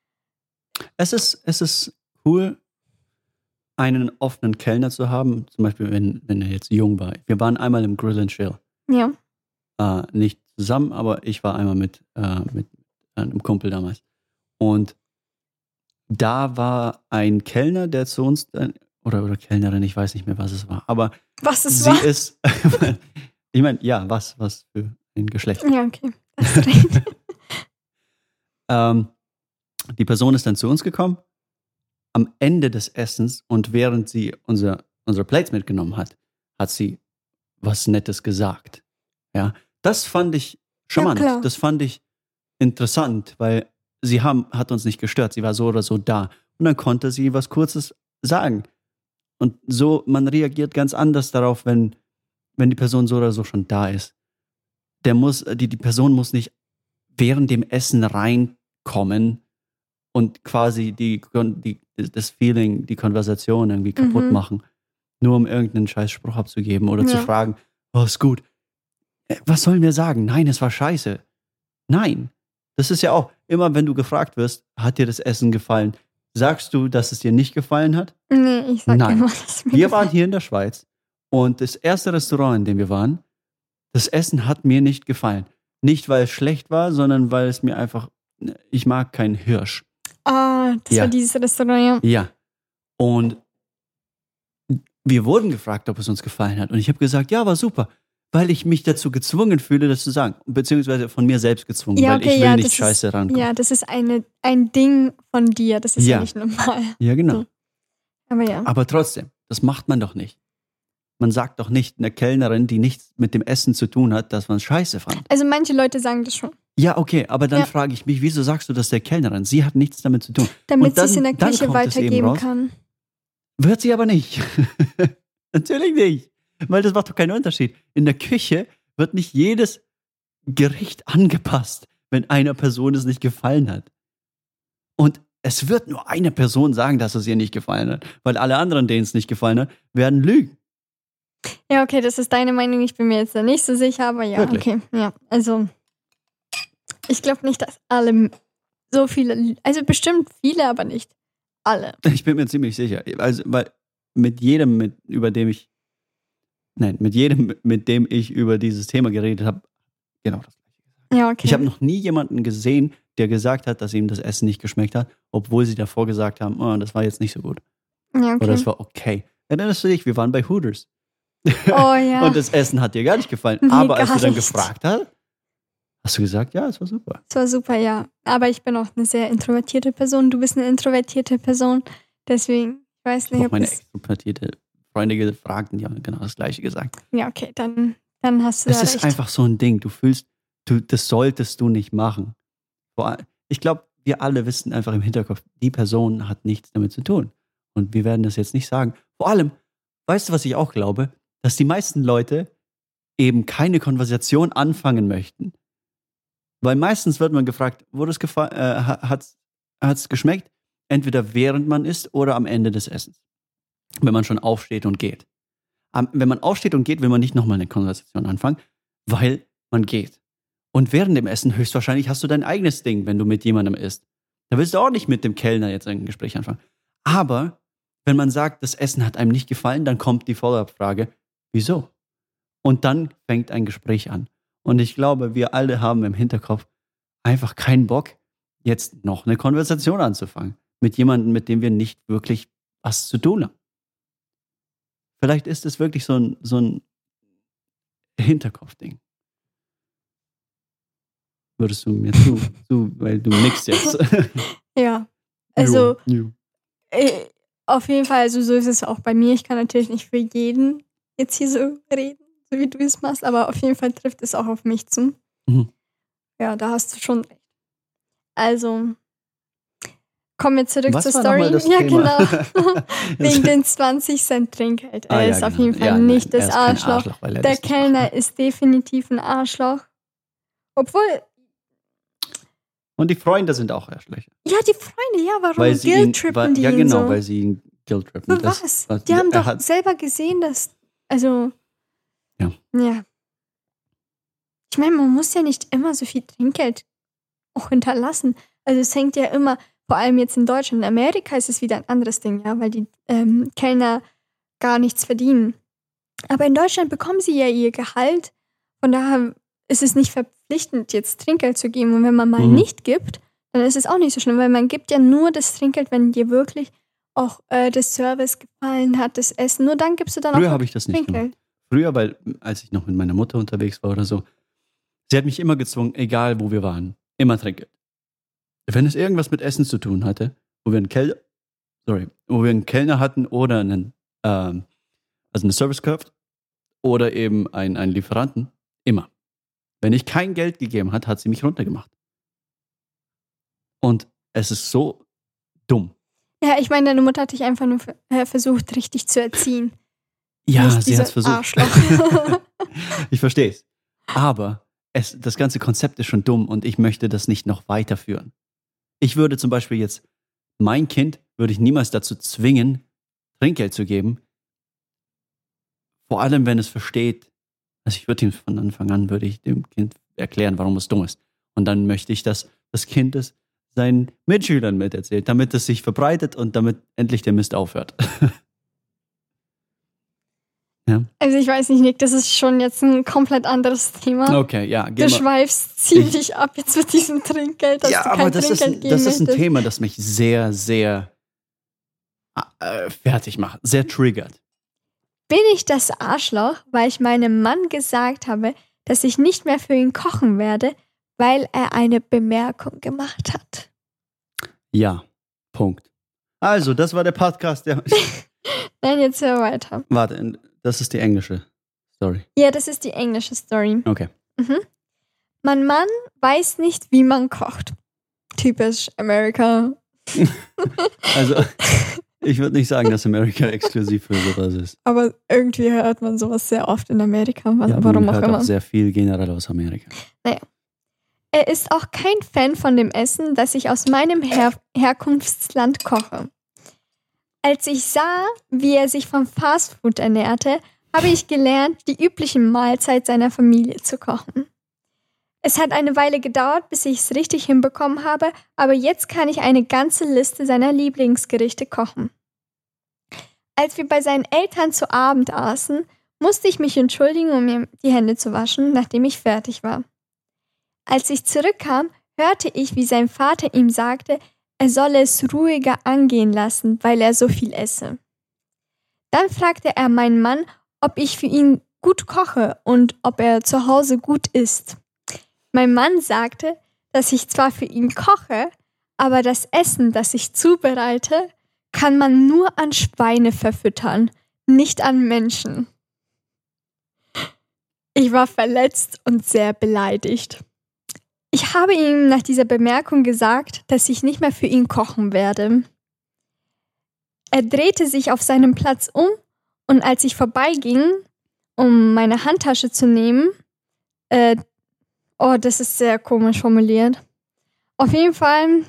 Es ist cool, einen offenen Kellner zu haben, zum Beispiel, wenn er jetzt jung war. Wir waren einmal im Grill and Chill. Ja. Nicht zusammen, aber ich war einmal mit einem Kumpel damals. Und da war ein Kellner, der zu uns, oder Kellnerin, ich weiß nicht mehr, was es war, aber was es sie war? Ist, ich meine, ja, was für ein Geschlecht. Ja, okay. Das ist recht. Die Person ist dann zu uns gekommen, am Ende des Essens und während sie unsere Plates mitgenommen hat sie was Nettes gesagt. Ja, das fand ich charmant. Ja, das fand ich interessant, weil sie hat uns nicht gestört. Sie war so oder so da. Und dann konnte sie was Kurzes sagen. Und so, man reagiert ganz anders darauf, wenn die Person so oder so schon da ist. Die Person muss nicht während dem Essen reinkommen und quasi das Feeling, die Konversation irgendwie kaputt machen, nur um irgendeinen Scheißspruch abzugeben oder zu fragen, oh, ist gut. Was sollen wir sagen? Nein, es war scheiße. Nein. Das ist ja auch, immer wenn du gefragt wirst, hat dir das Essen gefallen? Sagst du, dass es dir nicht gefallen hat? Nee, ich sag immer, dass es mir Wir waren hier in der Schweiz und das erste Restaurant, in dem wir waren, das Essen hat mir nicht gefallen. Nicht, weil es schlecht war, sondern weil es mir einfach, ich mag keinen Hirsch. Ah, das war dieses Restaurant, ja. Und wir wurden gefragt, ob es uns gefallen hat. Und ich habe gesagt, ja, war super. Weil ich mich dazu gezwungen fühle, das zu sagen. Beziehungsweise von mir selbst gezwungen, weil ich will nicht scheiße rankommen. Ja, das ist ein Ding von dir. Das ist ja nicht normal. Ja, genau. So. Aber trotzdem, das macht man doch nicht. Man sagt doch nicht einer Kellnerin, die nichts mit dem Essen zu tun hat, dass man es scheiße fand. Also manche Leute sagen das schon. Ja, okay, aber dann frage ich mich, wieso sagst du das der Kellnerin? Sie hat nichts damit zu tun. Damit sie es in der Küche weitergeben kann. Wird sie aber nicht. Natürlich nicht. Weil das macht doch keinen Unterschied. In der Küche wird nicht jedes Gericht angepasst, wenn einer Person es nicht gefallen hat. Und es wird nur eine Person sagen, dass es ihr nicht gefallen hat. Weil alle anderen, denen es nicht gefallen hat, werden lügen. Ja, okay, das ist deine Meinung. Ich bin mir jetzt da nicht so sicher, aber ja, wirklich? Okay. Ja, also ich glaube nicht, dass alle so viele, also bestimmt viele, aber nicht alle. Ich bin mir ziemlich sicher. Also, weil mit jedem, mit dem ich über dieses Thema geredet habe, genau das Gleiche gesagt. Ja, okay. Ich habe noch nie jemanden gesehen, der gesagt hat, dass ihm das Essen nicht geschmeckt hat, obwohl sie davor gesagt haben, oh, das war jetzt nicht so gut. Ja, okay. Oder das war okay. Erinnerst du dich, wir waren bei Hooters. Oh ja. Und das Essen hat dir gar nicht gefallen. Nee, Aber als gar du dann nicht. gefragt hast du gesagt, ja, es war super. Es war super, ja. Aber ich bin auch eine sehr introvertierte Person. Du bist eine introvertierte Person. Deswegen, ich weiß nicht, Auch ob meine das... extrovertierte Freunde gefragt und die haben genau das Gleiche gesagt. Ja, okay, dann hast du Es da ist recht. einfach so ein Ding. Du fühlst, das solltest du nicht machen. Ich glaube, wir alle wissen einfach im Hinterkopf, die Person hat nichts damit zu tun. Und wir werden das jetzt nicht sagen. Vor allem, weißt du, was ich auch glaube? Dass die meisten Leute eben keine Konversation anfangen möchten. Weil meistens wird man gefragt, hat es geschmeckt? Entweder während man isst oder am Ende des Essens. Wenn man schon aufsteht und geht. Wenn man aufsteht und geht, will man nicht nochmal eine Konversation anfangen, weil man geht. Und während dem Essen höchstwahrscheinlich hast du dein eigenes Ding, wenn du mit jemandem isst. Da willst du auch nicht mit dem Kellner jetzt ein Gespräch anfangen. Aber wenn man sagt, das Essen hat einem nicht gefallen, dann kommt die Follow-up-Frage, wieso? Und dann fängt ein Gespräch an. Und ich glaube, wir alle haben im Hinterkopf einfach keinen Bock, jetzt noch eine Konversation anzufangen. Mit jemandem, mit dem wir nicht wirklich was zu tun haben. Vielleicht ist es wirklich so ein Hinterkopfding. Würdest du mir weil du nickst jetzt. Ja, also Jo. auf jeden Fall, also so ist es auch bei mir. Ich kann natürlich nicht für jeden jetzt hier so reden, so wie du es machst, aber auf jeden Fall trifft es auch auf mich zu. Mhm. Ja, da hast du schon recht. Also, kommen wir zurück Was zur war Story. nochmal das Ja, Thema? genau. Wegen den 20 Cent Trinkgeld. Er ist auf jeden Fall Ja, nicht nein, das er ist kein Arschloch. weil er Der das nicht Kellner macht. ist definitiv ein Arschloch. Obwohl, Und die Freunde sind auch Arschlöcher. ja, die Freunde, ja, warum Weil sie ihn, guilt-trippen die ja ihn genau, so? weil sie ihn guilt-trippen. Für was? Die haben doch selber gesehen, dass, also, ja. Ich meine, man muss ja nicht immer so viel Trinkgeld auch hinterlassen. Also es hängt ja immer, vor allem jetzt in Deutschland, in Amerika ist es wieder ein anderes Ding, ja, weil die Kellner gar nichts verdienen. Aber in Deutschland bekommen sie ja ihr Gehalt, von daher ist es nicht verpflichtend, jetzt Trinkgeld zu geben. Und wenn man mal nicht gibt, dann ist es auch nicht so schlimm, weil man gibt ja nur das Trinkgeld, wenn dir wirklich auch das Service gefallen hat, das Essen. Nur dann gibst du dann Früher auch habe ich das nicht Trinkgeld. gemacht. Früher, weil als ich noch mit meiner Mutter unterwegs war oder so, sie hat mich immer gezwungen, egal wo wir waren, immer Trinkgeld. Wenn es irgendwas mit Essen zu tun hatte, wo wir einen Kellner hatten oder eine Servicekraft oder eben einen Lieferanten, immer. Wenn ich kein Geld gegeben hat sie mich runtergemacht. Und es ist so dumm. Ja, ich meine, deine Mutter hat dich einfach nur versucht, richtig zu erziehen. Ja, Nicht sie hat es versucht. Arschloch. Ich verstehe es. Aber das ganze Konzept ist schon dumm und ich möchte das nicht noch weiterführen. Ich würde zum Beispiel jetzt, mein Kind würde ich niemals dazu zwingen, Trinkgeld zu geben. Vor allem, wenn es versteht, also ich würde ihm von Anfang an, würde ich dem Kind erklären, warum es dumm ist. Und dann möchte ich, dass das Kind es seinen Mitschülern miterzählt, damit es sich verbreitet und damit endlich der Mist aufhört. Ja. Also ich weiß nicht, Nick, das ist schon jetzt ein komplett anderes Thema. Okay, ja. Du schweifst ziemlich ab jetzt mit diesem Trinkgeld, dass Ja, du kein aber das Trinkgeld geben ist ein möchtest. Thema, das mich sehr, sehr fertig macht, sehr triggert. Bin ich das Arschloch, weil ich meinem Mann gesagt habe, dass ich nicht mehr für ihn kochen werde, weil er eine Bemerkung gemacht hat? Ja, Punkt. Also, das war der Podcast. Nein, jetzt hör weiter. Warte, das ist die englische Story. Ja, das ist die englische Story. Okay. Mein Mann weiß nicht, wie man kocht. Typisch Amerika. Also, ich würde nicht sagen, dass Amerika exklusiv für sowas ist. Aber irgendwie hört man sowas sehr oft in Amerika. Ja, Warum man auch hört immer. auch sehr viel generell aus Amerika. Er ist auch kein Fan von dem Essen, das ich aus meinem Herkunftsland koche. Als ich sah, wie er sich vom Fastfood ernährte, habe ich gelernt, die üblichen Mahlzeiten seiner Familie zu kochen. Es hat eine Weile gedauert, bis ich es richtig hinbekommen habe, aber jetzt kann ich eine ganze Liste seiner Lieblingsgerichte kochen. Als wir bei seinen Eltern zu Abend aßen, musste ich mich entschuldigen, um mir die Hände zu waschen, nachdem ich fertig war. Als ich zurückkam, hörte ich, wie sein Vater ihm sagte, er solle es ruhiger angehen lassen, weil er so viel esse. Dann fragte er meinen Mann, ob ich für ihn gut koche und ob er zu Hause gut isst. Mein Mann sagte, dass ich zwar für ihn koche, aber das Essen, das ich zubereite, kann man nur an Schweine verfüttern, nicht an Menschen. Ich war verletzt und sehr beleidigt. Ich habe ihm nach dieser Bemerkung gesagt, dass ich nicht mehr für ihn kochen werde. Er drehte sich auf seinem Platz um und als ich vorbeiging, um meine Handtasche zu nehmen, das ist sehr komisch formuliert. Auf jeden Fall,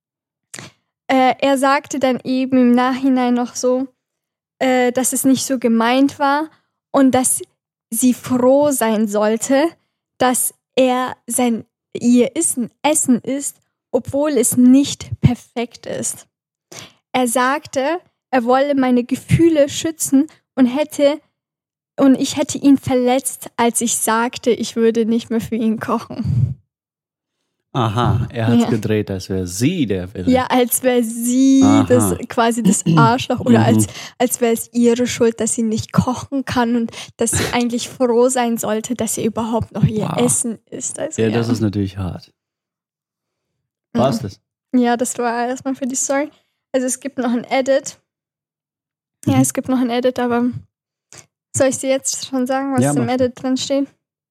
er sagte dann eben im Nachhinein noch so, dass es nicht so gemeint war und dass sie froh sein sollte, dass er ihr Essen isst, obwohl es nicht perfekt ist. Er sagte, er wolle meine Gefühle schützen und ich hätte ihn verletzt, als ich sagte, ich würde nicht mehr für ihn kochen. Aha, er hat es gedreht, als wäre sie der Wille. Ja, als wäre sie quasi das Arschloch oder als wäre es ihre Schuld, dass sie nicht kochen kann und dass sie eigentlich froh sein sollte, dass sie überhaupt noch ihr Essen isst. Also, ja, das ist natürlich hart. War's das? Ja, das war erstmal für die Story. Also es gibt noch ein Edit. Ja, es gibt noch ein Edit, aber soll ich dir jetzt schon sagen, was im Edit drin steht?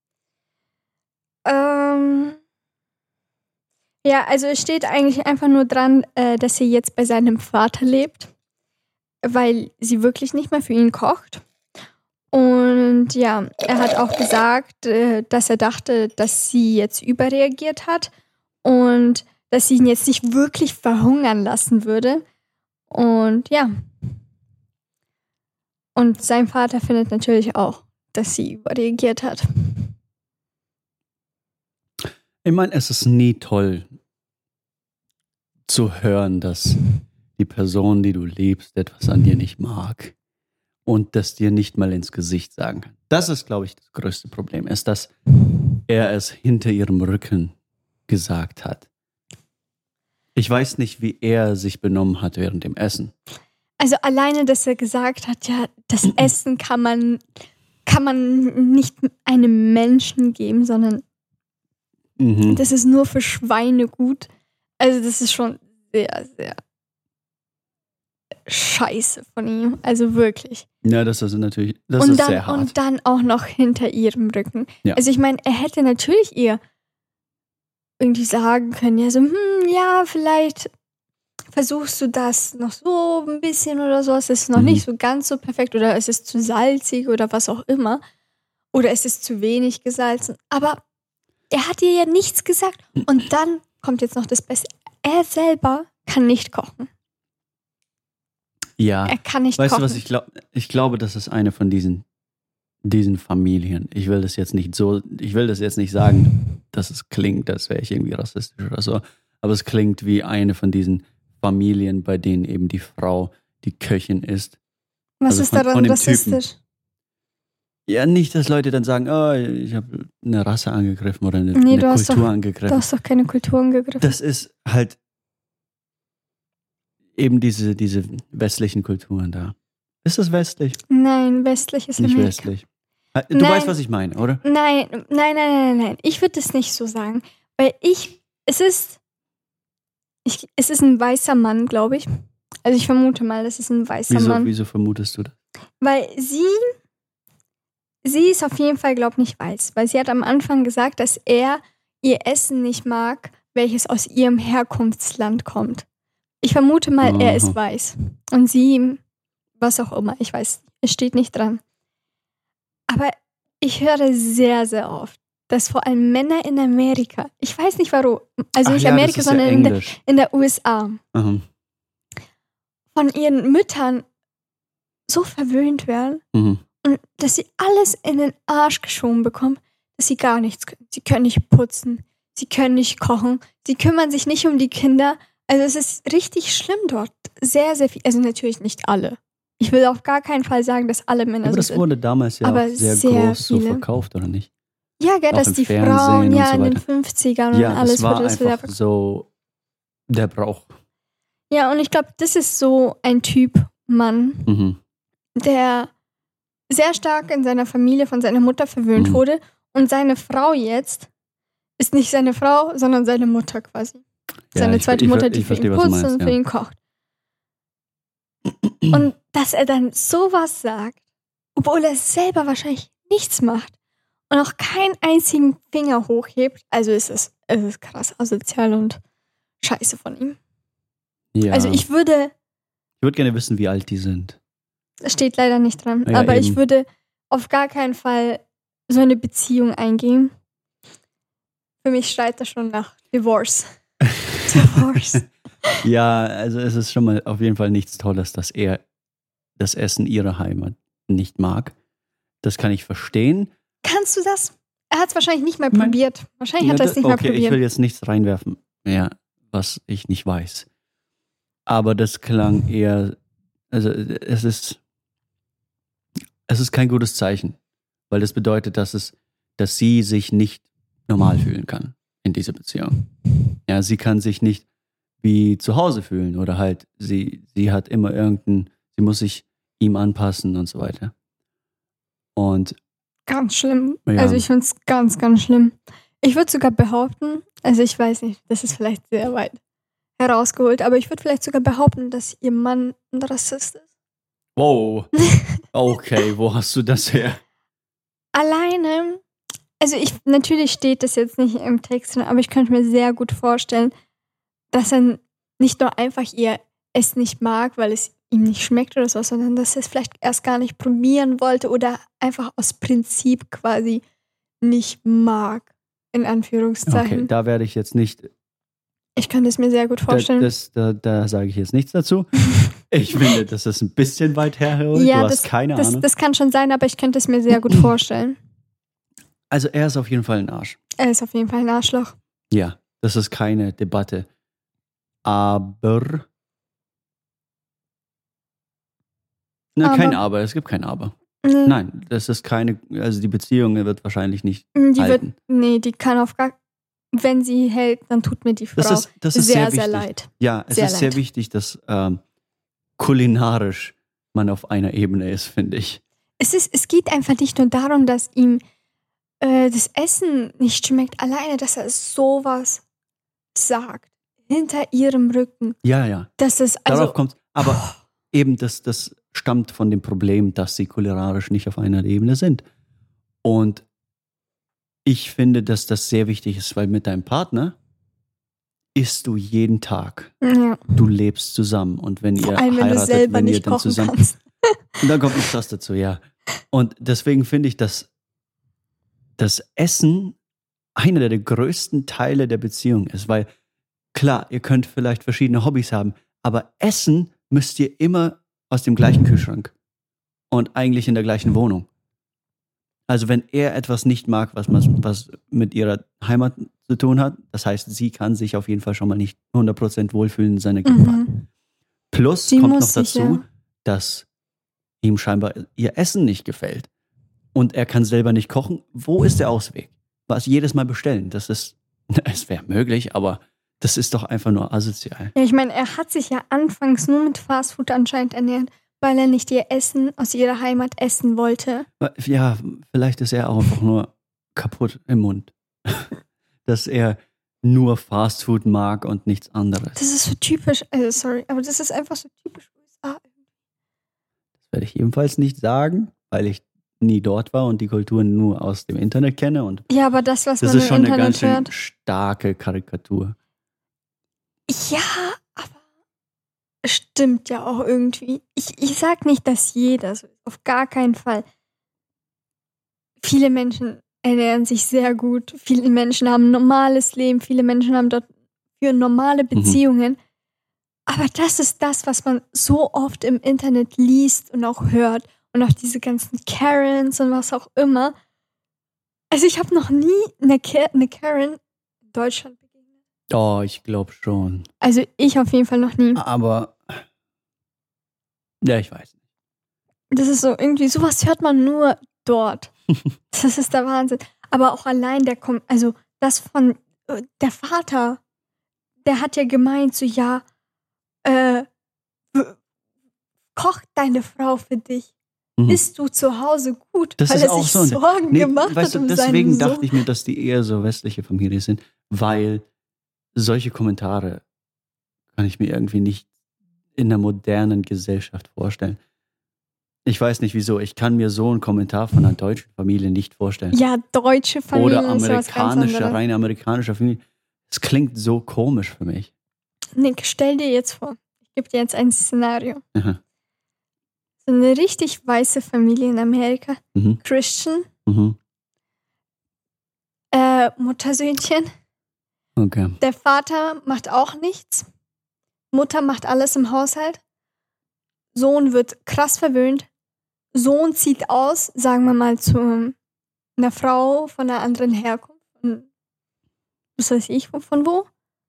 Ja, also es steht eigentlich einfach nur dran, dass sie jetzt bei seinem Vater lebt, weil sie wirklich nicht mehr für ihn kocht. Und ja, er hat auch gesagt, dass er dachte, dass sie jetzt überreagiert hat und dass sie ihn jetzt nicht wirklich verhungern lassen würde. Und ja. Und sein Vater findet natürlich auch, dass sie überreagiert hat. Ich meine, es ist nie toll zu hören, dass die Person, die du liebst, etwas an dir nicht mag und das dir nicht mal ins Gesicht sagen kann. Das ist, glaube ich, das größte Problem, ist, dass er es hinter ihrem Rücken gesagt hat. Ich weiß nicht, wie er sich benommen hat während dem Essen. Also alleine, dass er gesagt hat, ja, das Essen kann man nicht einem Menschen geben, sondern das ist nur für Schweine gut. Also das ist schon sehr, sehr scheiße von ihm. Also wirklich. Ja, das ist natürlich, das ist sehr hart. Und dann auch noch hinter ihrem Rücken. Ja. Also ich meine, er hätte natürlich ihr irgendwie sagen können, ja so, ja, vielleicht versuchst du das noch so ein bisschen oder so, es ist noch nicht so ganz so perfekt oder es ist zu salzig oder was auch immer. Oder es ist zu wenig gesalzen. Aber er hat ihr ja nichts gesagt. Und dann kommt jetzt noch das Beste. Er selber kann nicht kochen. Ja. Er kann nicht kochen. Weißt du, was ich glaube, das ist eine von diesen Familien. Ich will das jetzt nicht sagen, dass es klingt, als wäre ich irgendwie rassistisch oder so. Aber es klingt wie eine von diesen Familien, bei denen eben die Frau die Köchin ist. Was ist daran rassistisch? Typen. Ja, nicht, dass Leute dann sagen, oh, ich habe eine Rasse angegriffen oder eine Kultur angegriffen. Du hast doch keine Kultur angegriffen. Das ist halt eben diese westlichen Kulturen da. Ist das westlich? Nein, westlich ist nicht Amerika. Westlich. Du weißt, was ich meine, oder? Nein. Ich würde das nicht so sagen. Weil es ist ein weißer Mann, glaube ich. Also ich vermute mal, das ist ein weißer Mann. Wieso vermutest du das? Weil sie ist auf jeden Fall, glaube ich, nicht weiß. Weil sie hat am Anfang gesagt, dass er ihr Essen nicht mag, welches aus ihrem Herkunftsland kommt. Ich vermute mal, er ist weiß. Und sie, was auch immer, ich weiß, es steht nicht dran. Aber ich höre sehr, sehr oft, dass vor allem Männer in Amerika, ich weiß nicht warum, also nicht Amerika, sondern in der USA, von ihren Müttern so verwöhnt werden und dass sie alles in den Arsch geschoben bekommen, dass sie gar nichts können. Sie können nicht putzen, sie können nicht kochen, sie kümmern sich nicht um die Kinder. Also es ist richtig schlimm dort. Sehr, sehr viel. Also natürlich nicht alle. Ich will auf gar keinen Fall sagen, dass alle Männer so sind. Aber das wurde damals ja auch sehr groß so verkauft, oder nicht? Ja, gell, auch dass im die Fernsehen Frauen und ja so in den weiter. 50ern und Ja, alles das war wurde das einfach wieder. so der Brauch. Ja, und ich glaube, das ist so ein Typ Mann, Mhm. der sehr stark in seiner Familie von seiner Mutter verwöhnt Mhm. wurde. Und seine Frau jetzt ist nicht seine Frau, sondern seine Mutter quasi. Ja, Seine ich zweite Mutter, die ich für ihn verstehe, was du putzt meinst, und für ja. ihn kocht. Und dass er dann sowas sagt, obwohl er selber wahrscheinlich nichts macht und auch keinen einzigen Finger hochhebt, also es ist krass asozial und scheiße von ihm. Ja. Also ich würde, gerne wissen, wie alt die sind. das steht leider nicht dran, Ja, aber eben. ich würde auf gar keinen Fall so eine Beziehung eingehen. Für mich schreit das schon nach Divorce. Divorce. Ja, also es ist schon mal auf jeden Fall nichts Tolles, dass er das Essen ihrer Heimat nicht mag. Das kann ich verstehen. Kannst du das? Er hat es wahrscheinlich nicht mal Nein. probiert. Wahrscheinlich hat er es nicht mal Okay, ich probiert. will jetzt nichts reinwerfen, ja, was ich nicht weiß. Aber das klang eher, also es ist kein gutes Zeichen, weil das bedeutet, dass sie sich nicht normal fühlen kann in dieser Beziehung. Ja, sie kann sich nicht wie zu Hause fühlen oder halt sie hat immer sie muss sich ihm anpassen und so weiter. Und Ganz schlimm. Ja. Also ich finde es ganz, ganz schlimm. Ich würde sogar behaupten, also ich weiß nicht, das ist vielleicht sehr weit herausgeholt, aber ich würde vielleicht sogar behaupten, dass ihr Mann ein Rassist ist. wow, okay, wo hast du das her? Alleine, also natürlich steht das jetzt nicht im Text drin, aber ich könnte mir sehr gut vorstellen, dass er nicht nur einfach ihr Essen nicht mag, weil es ihm nicht schmeckt oder so, sondern dass er es vielleicht erst gar nicht probieren wollte oder einfach aus Prinzip quasi nicht mag, in Anführungszeichen. Okay, da werde ich jetzt nicht, Ich könnte es mir sehr gut vorstellen. da sage ich jetzt nichts dazu. Ich finde, das ist ein bisschen weit hergeholt, Ja, du hast keine Ahnung. das kann schon sein, aber ich könnte es mir sehr gut vorstellen. Also er ist auf jeden Fall ein Arsch. Er ist auf jeden Fall ein Arschloch. Ja, das ist keine Debatte. Aber kein Aber, es gibt kein Aber. Nee, Nein, das ist keine, also die Beziehung wird wahrscheinlich nicht die halten. die kann auf gar, wenn sie hält, dann tut mir die Frau Das ist sehr, sehr sehr wichtig. leid. Ja, es Sehr ist sehr leid. wichtig, dass kulinarisch man auf einer Ebene ist, finde ich. Es geht einfach nicht nur darum, dass ihm das Essen nicht schmeckt, alleine, dass er sowas sagt, hinter ihrem Rücken. Ja. Das ist, also, Darauf kommt, aber eben das stammt von dem Problem, dass sie kulinarisch nicht auf einer Ebene sind. Und ich finde, dass das sehr wichtig ist, weil mit deinem Partner isst du jeden Tag. ja. Du lebst zusammen und wenn Vor ihr allem, wenn du heiratet, selber wenn ihr nicht dann kochen zusammen, kannst. und dann kommt noch das dazu, ja. Und deswegen finde ich, dass das Essen einer der größten Teile der Beziehung ist, weil klar, ihr könnt vielleicht verschiedene Hobbys haben, aber Essen müsst ihr immer aus dem gleichen Kühlschrank und eigentlich in der gleichen Wohnung. Also wenn er etwas nicht mag, was mit ihrer Heimat zu tun hat, das heißt, sie kann sich auf jeden Fall schon mal nicht 100% wohlfühlen in seiner Gegenwart. Plus Sie kommt muss noch sich, dazu, ja. dass ihm scheinbar ihr Essen nicht gefällt. Und er kann selber nicht kochen. Wo ist der Ausweg? Was jedes Mal bestellen? Es wäre möglich, aber das ist doch einfach nur asozial. Ja, ich meine, er hat sich ja anfangs nur mit Fastfood anscheinend ernährt, weil er nicht ihr Essen aus ihrer Heimat essen wollte. Ja, vielleicht ist er auch einfach nur kaputt im Mund. Dass er nur Fastfood mag und nichts anderes. Das ist so typisch, sorry, aber das ist einfach so typisch USA. Das werde ich ebenfalls nicht sagen, weil ich nie dort war und die Kulturen nur aus dem Internet kenne. Und Ja, aber das, was das man ist im schon eine Internet ganz schön hört. starke Karikatur. Ja, aber es stimmt ja auch irgendwie. Ich sag nicht, dass jeder so ist. Auf gar keinen Fall. Viele Menschen ernähren sich sehr gut. Viele Menschen haben ein normales Leben. Viele Menschen haben dort für normale Beziehungen. Aber das ist das, was man so oft im Internet liest und auch hört. Und auch diese ganzen Karens und was auch immer. Also ich habe noch nie eine Karen in Deutschland begegnet. Oh, ich glaube schon. Also ich auf jeden Fall noch nie. Aber ja, ich weiß nicht. Das ist so irgendwie, sowas hört man nur dort. Das ist der Wahnsinn. Aber auch allein also das von der Vater, der hat ja gemeint, so ja, kocht deine Frau für dich. Bist du zu Hause gut? Das weil ist er auch sich so Sorgen gemacht hat um deswegen seinen Sohn. dachte ich mir, dass die eher so westliche Familie sind, weil solche Kommentare kann ich mir irgendwie nicht in einer modernen Gesellschaft vorstellen. Ich weiß nicht wieso, ich kann mir so einen Kommentar von einer deutschen Familie nicht vorstellen. Ja, deutsche Familie Oder ist ja was ganz anderes. rein amerikanischer Familie. Es klingt so komisch für mich. Nick, stell dir jetzt vor, ich gebe dir jetzt ein Szenario. Aha. So eine richtig weiße Familie in Amerika. Christian. Muttersöhnchen. Okay. Der Vater macht auch nichts. Mutter macht alles im Haushalt. Sohn wird krass verwöhnt. Sohn zieht aus, sagen wir mal, zu einer Frau von einer anderen Herkunft. Was weiß ich, von wo?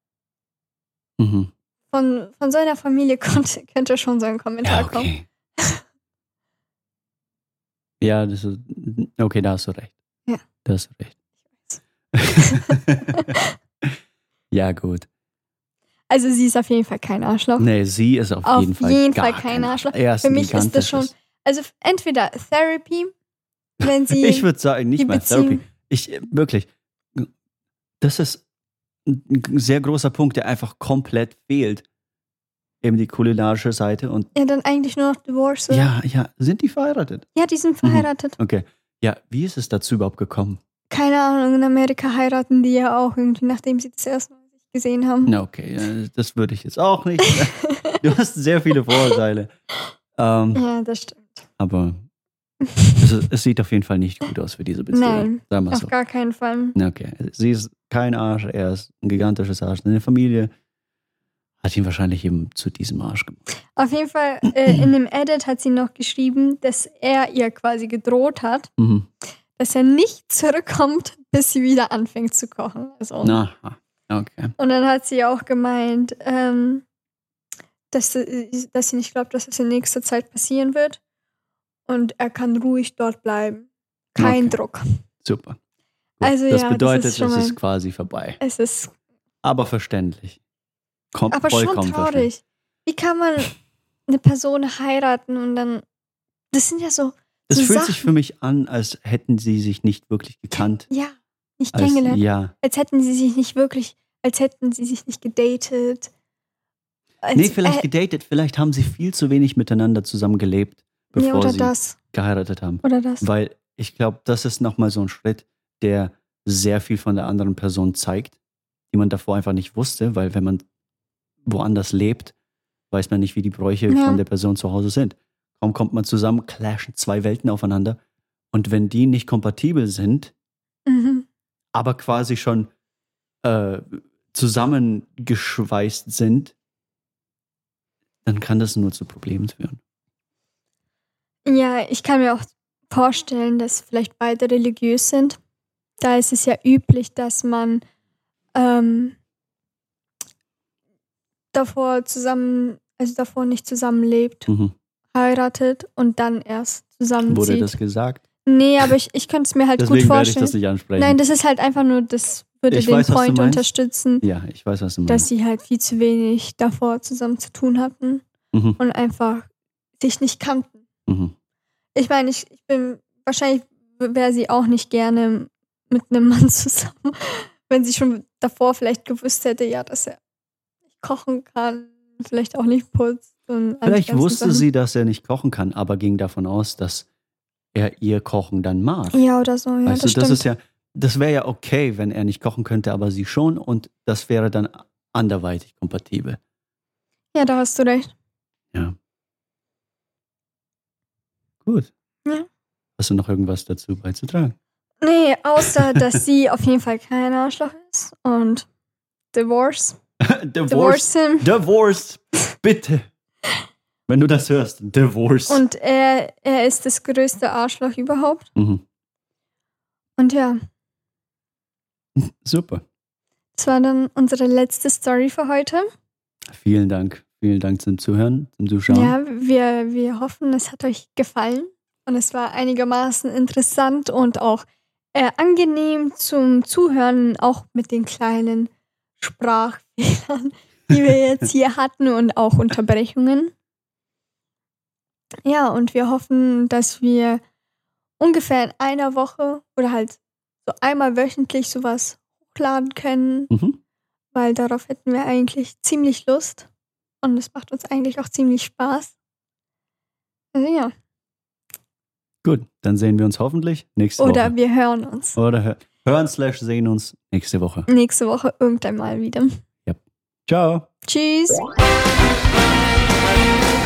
Von so einer Familie könnte schon so ein Kommentar kommen. Ja, das ist, okay, da hast du recht. Ja. Da hast du recht. Ja, gut. Also sie ist auf jeden Fall kein Arschloch. Nee, sie ist auf jeden Fall kein Arschloch. Für mich ist das schon, also entweder Therapy, wenn sie ich würde sagen, nicht mal Therapy. Wirklich, das ist ein sehr großer Punkt, der einfach komplett fehlt. Eben die kulinarische Seite. Und ja, dann eigentlich nur noch Divorce. Oder? Ja, sind die verheiratet? Ja, die sind verheiratet. Okay. Ja, wie ist es dazu überhaupt gekommen? Keine Ahnung, in Amerika heiraten die ja auch irgendwie, nachdem sie das erste Mal gesehen haben. Na okay, das würde ich jetzt auch nicht. Du hast sehr viele Vorurteile. Ja, das stimmt. Aber es sieht auf jeden Fall nicht gut aus für diese Beziehung. Nein, auf gar keinen Fall. Okay, sie ist kein Arsch, er ist ein gigantisches Arsch. Seine Familie hat ihn wahrscheinlich eben zu diesem Arsch gemacht. Auf jeden Fall, in dem Edit hat sie noch geschrieben, dass er ihr quasi gedroht hat, dass er nicht zurückkommt, bis sie wieder anfängt zu kochen. Also, okay. Und dann hat sie auch gemeint, dass sie nicht glaubt, dass es in nächster Zeit passieren wird. Und er kann ruhig dort bleiben. Kein Druck. Super. Gut. Also, das bedeutet, es ist quasi vorbei. Es ist. Aber verständlich. Aber schon traurig. Wie kann man eine Person heiraten und dann. Das sind ja so. Das fühlt Sachen. sich für mich an, als hätten sie sich nicht wirklich gekannt. Ja, nicht kennengelernt. Ja. Als hätten sie sich nicht gedatet. Nee, vielleicht gedatet. Vielleicht haben sie viel zu wenig miteinander zusammen gelebt, bevor sie geheiratet haben. Oder das. Weil ich glaube, das ist nochmal so ein Schritt, der sehr viel von der anderen Person zeigt, die man davor einfach nicht wusste, weil wenn man woanders lebt, weiß man nicht, wie die Bräuche von der Person zu Hause sind. Kaum kommt man zusammen, clashen zwei Welten aufeinander. Und wenn die nicht kompatibel sind, aber quasi schon zusammengeschweißt sind, dann kann das nur zu Problemen führen. Ja, ich kann mir auch vorstellen, dass vielleicht beide religiös sind. Da ist es ja üblich, dass man davor nicht zusammenlebt, heiratet und dann erst zusammenzieht. Wurde das gesagt? Nee, aber ich könnte es mir halt Deswegen gut vorstellen. Werde ich das nicht ansprechen. Nein, das ist halt einfach nur, das würde den Point unterstützen. Ja, ich weiß, was du meinst. Dass sie halt viel zu wenig davor zusammen zu tun hatten und einfach sich nicht kannten. Ich meine, wahrscheinlich wäre sie auch nicht gerne mit einem Mann zusammen, wenn sie schon davor vielleicht gewusst hätte, ja, dass er nicht kochen kann, vielleicht auch nicht putzt. Vielleicht wusste sie, dass er nicht kochen kann, aber ging davon aus, dass er ihr Kochen dann mag. Ja, oder so, ja. Weißt du, das wäre ja okay, wenn er nicht kochen könnte, aber sie schon und das wäre dann anderweitig kompatibel. Ja, da hast du recht. Ja. Gut. Ja. Hast du noch irgendwas dazu beizutragen? Nee, außer, dass sie auf jeden Fall kein Arschloch ist und Divorce. Divorce. Bitte. Wenn du das hörst, Divorce. Und er ist das größte Arschloch überhaupt. Und ja. Super. Das war dann unsere letzte Story für heute. Vielen Dank. Vielen Dank zum Zuhören, zum Zuschauen. Ja, wir hoffen, es hat euch gefallen. Und es war einigermaßen interessant und auch angenehm zum Zuhören, auch mit den kleinen Sprachfehlern, die wir jetzt hier hatten und auch Unterbrechungen. Ja, und wir hoffen, dass wir ungefähr in einer Woche oder halt so einmal wöchentlich sowas hochladen können, weil darauf hätten wir eigentlich ziemlich Lust und es macht uns eigentlich auch ziemlich Spaß. Also ja. Gut, dann sehen wir uns hoffentlich nächste Woche. Oder wir hören uns. Oder hören/sehen uns nächste Woche. Nächste Woche irgendwann mal wieder. Ja. Ciao. Tschüss.